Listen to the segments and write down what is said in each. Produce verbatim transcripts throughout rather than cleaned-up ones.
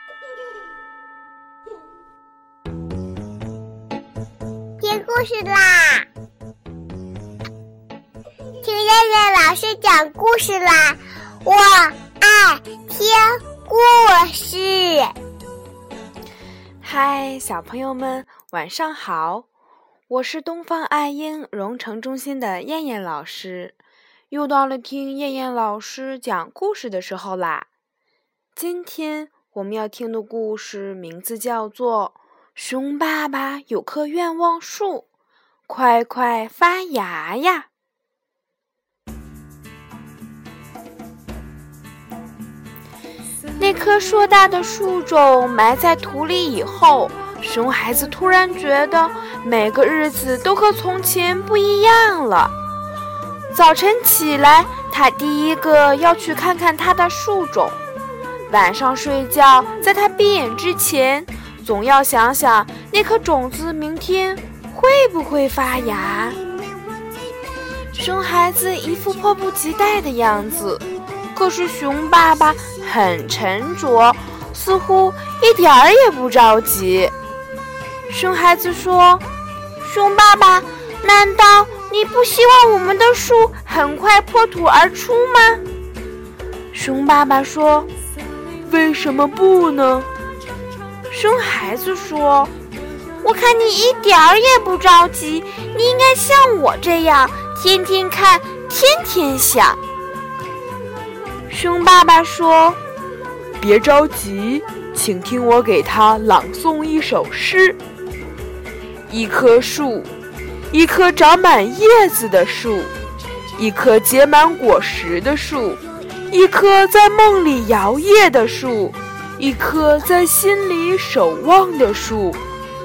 听故事啦！听燕燕老师讲故事啦！我爱听故事。 嗨，小朋友们，晚上好！我是东方爱婴蓉城中心的燕燕老师，又到了听燕燕老师讲故事的时候啦。今天我们要听的故事名字叫做《熊爸爸有棵愿望树，快快发芽呀》。那棵硕大的树种埋在土里以后，熊孩子突然觉得每个日子都和从前不一样了。早晨起来，他第一个要去看看他的树种。晚上睡觉，在他闭眼之前，总要想想那颗种子明天会不会发芽。熊孩子一副迫不及待的样子，可是熊爸爸很沉着，似乎一点儿也不着急。熊孩子说：“熊爸爸，难道你不希望我们的树很快破土而出吗？”熊爸爸说：“为什么不呢？”熊孩子说：“我看你一点儿也不着急，你应该像我这样，天天看，天天想。”熊爸爸说：“别着急，请听我给他朗诵一首诗。一棵树，一棵长满叶子的树，一棵结满果实的树，一棵在梦里摇曳的树，一棵在心里守望的树。”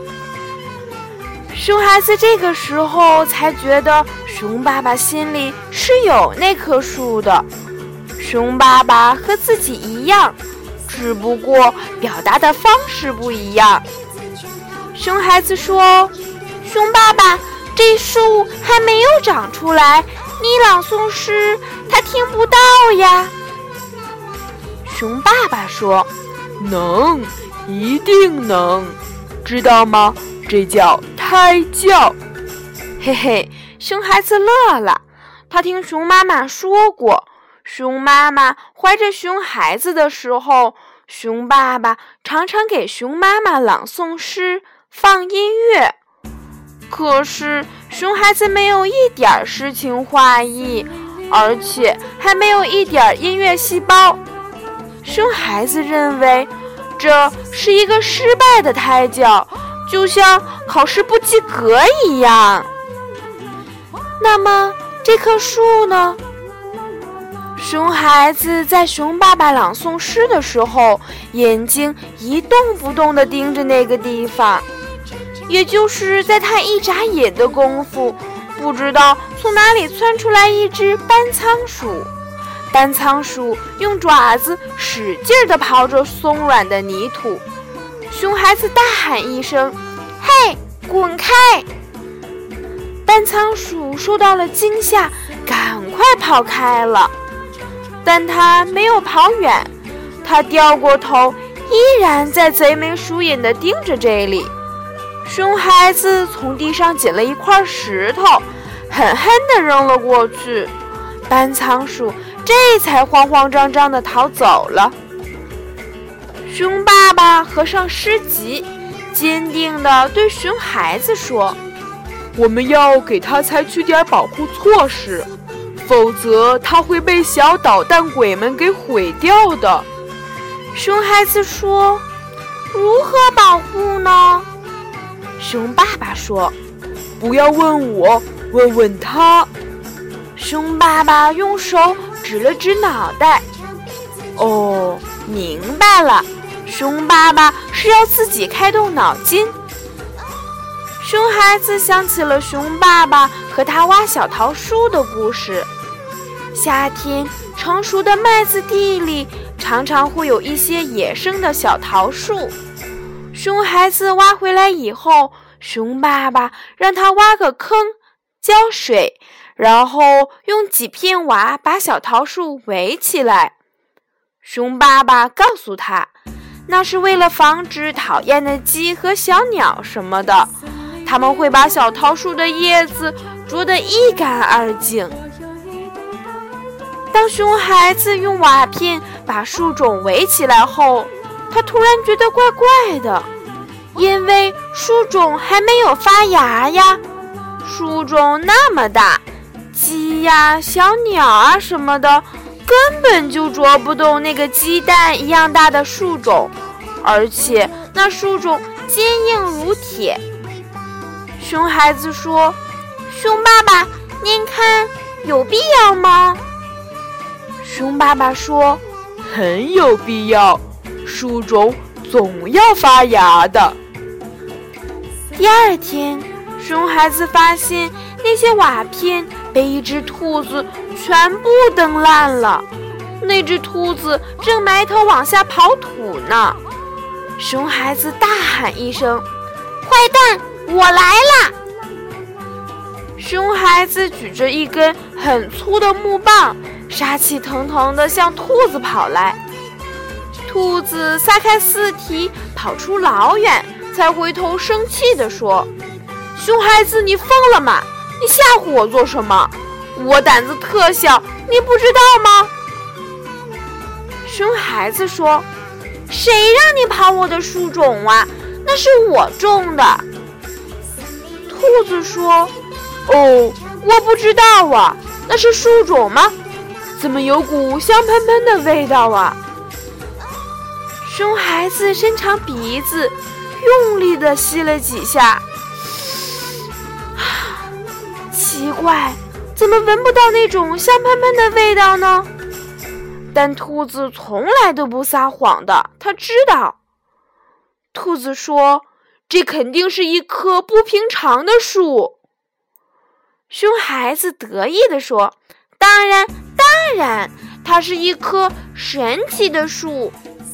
熊孩子这个时候才觉得熊爸爸心里是有那棵树的。熊爸爸和自己一样，只不过表达的方式不一样。熊孩子说：“熊爸爸，这树还没有长出来，你朗诵诗，他听不到呀。”熊爸爸说：“能，一定能，知道吗？这叫胎教。”嘿嘿，熊孩子乐了。他听熊妈妈说过，熊妈妈怀着熊孩子的时候，熊爸爸常常给熊妈妈朗诵诗，放音乐。可是熊孩子没有一点诗情画意，而且还没有一点音乐细胞。熊孩子认为这是一个失败的胎教，就像考试不及格一样。那么这棵树呢？熊孩子在熊爸爸朗诵诗的时候，眼睛一动不动地盯着那个地方。也就是在他一眨眼的功夫，不知道从哪里窜出来一只斑仓鼠。斑仓鼠用爪子使劲地刨着松软的泥土。熊孩子大喊一声：“嘿，滚开！”斑仓鼠受到了惊吓，赶快跑开了。但它没有跑远，它掉过头，依然在贼眉鼠眼地盯着这里。熊孩子从地上捡了一块石头，狠狠地扔了过去。斑仓鼠这才慌慌张张地逃走了。熊爸爸合上诗集，坚定地对熊孩子说：“我们要给他采取点保护措施，否则他会被小捣蛋鬼们给毁掉的。”熊孩子说：“如何保护呢？”熊爸爸说：“不要问我，问问他。”熊爸爸用手指了指脑袋。哦，明白了，熊爸爸是要自己开动脑筋。熊孩子想起了熊爸爸和他挖小桃树的故事。夏天成熟的麦子地里常常会有一些野生的小桃树。熊孩子挖回来以后，熊爸爸让他挖个坑，浇水，然后用几片瓦把小桃树围起来。熊爸爸告诉他， 那是为了防止讨厌的鸡和小鸟什么的，他们会把小桃树的叶子啄得一干二净。当熊孩子用瓦片把树种围起来后，他突然觉得怪怪的，因为树种还没有发芽呀。树种那么大，鸡呀、小鸟啊什么的根本就啄不动那个鸡蛋一样大的树种，而且那树种坚硬如铁。熊孩子说：“熊爸爸，您看有必要吗？”熊爸爸说：“很有必要，树种总要发芽的。”第二天，熊孩子发现那些瓦片被一只兔子全部蹬烂了，那只兔子正埋头往下刨土呢。熊孩子大喊一声：“坏蛋，我来啦！”熊孩子举着一根很粗的木棒，杀气腾腾地向兔子跑来。兔子撒开四蹄，跑出老远，才回头生气地说：“熊孩子，你疯了吗？你吓唬我做什么？我胆子特小，你不知道吗？”熊孩子说：“谁让你刨我的树种啊？那是我种的。”兔子说：“哦，我不知道啊，那是树种吗？怎么有股香喷喷的味道啊？”熊孩子伸长鼻子，用力地吸了几下。奇怪，怎么闻不到那种香喷喷的味道呢？但兔子从来都不撒谎的，它知道。兔子说：“这肯定是一棵不平常的树。”熊孩子得意地说：“当然，当然，它是一棵神奇的树。”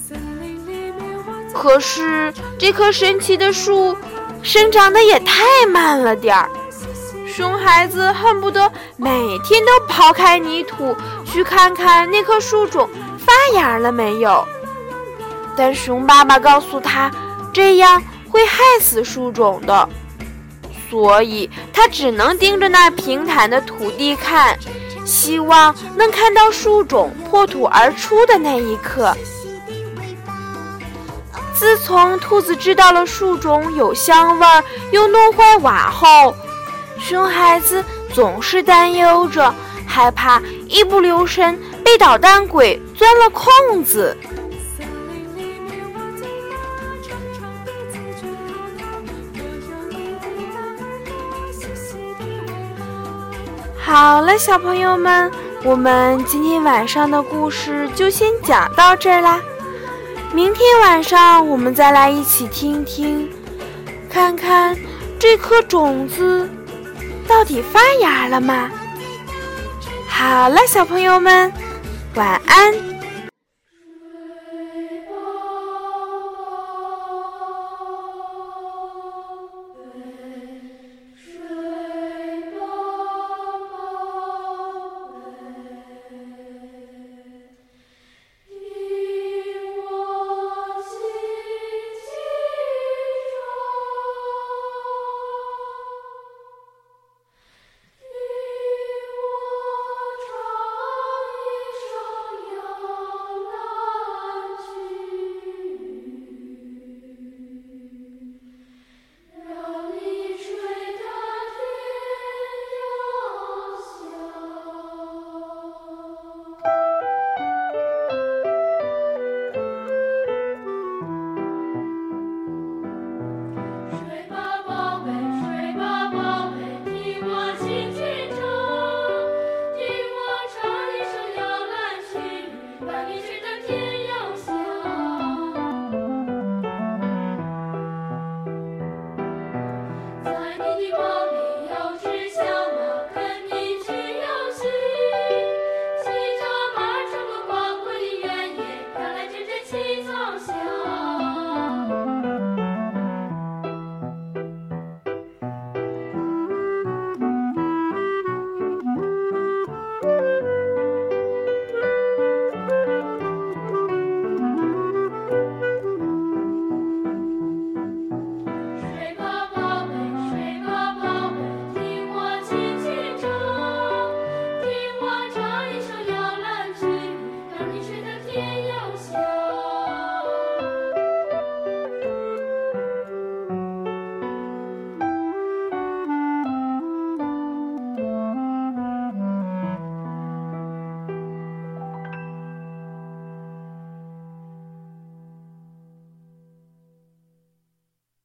可是这棵神奇的树生长得也太慢了点儿。熊孩子恨不得每天都刨开泥土去看看那棵树种发芽了没有。但熊爸爸告诉他，这样会害死树种的，所以他只能盯着那平坦的土地看，希望能看到树种破土而出的那一刻。自从兔子知道了树种有香味儿又弄坏瓦后，熊孩子总是担忧着，害怕一不留神被捣蛋鬼钻了空子。好了，小朋友们，我们今天晚上的故事就先讲到这儿啦。明天晚上我们再来一起听听，看看这颗种子到底发芽了吗？好了，小朋友们，晚安。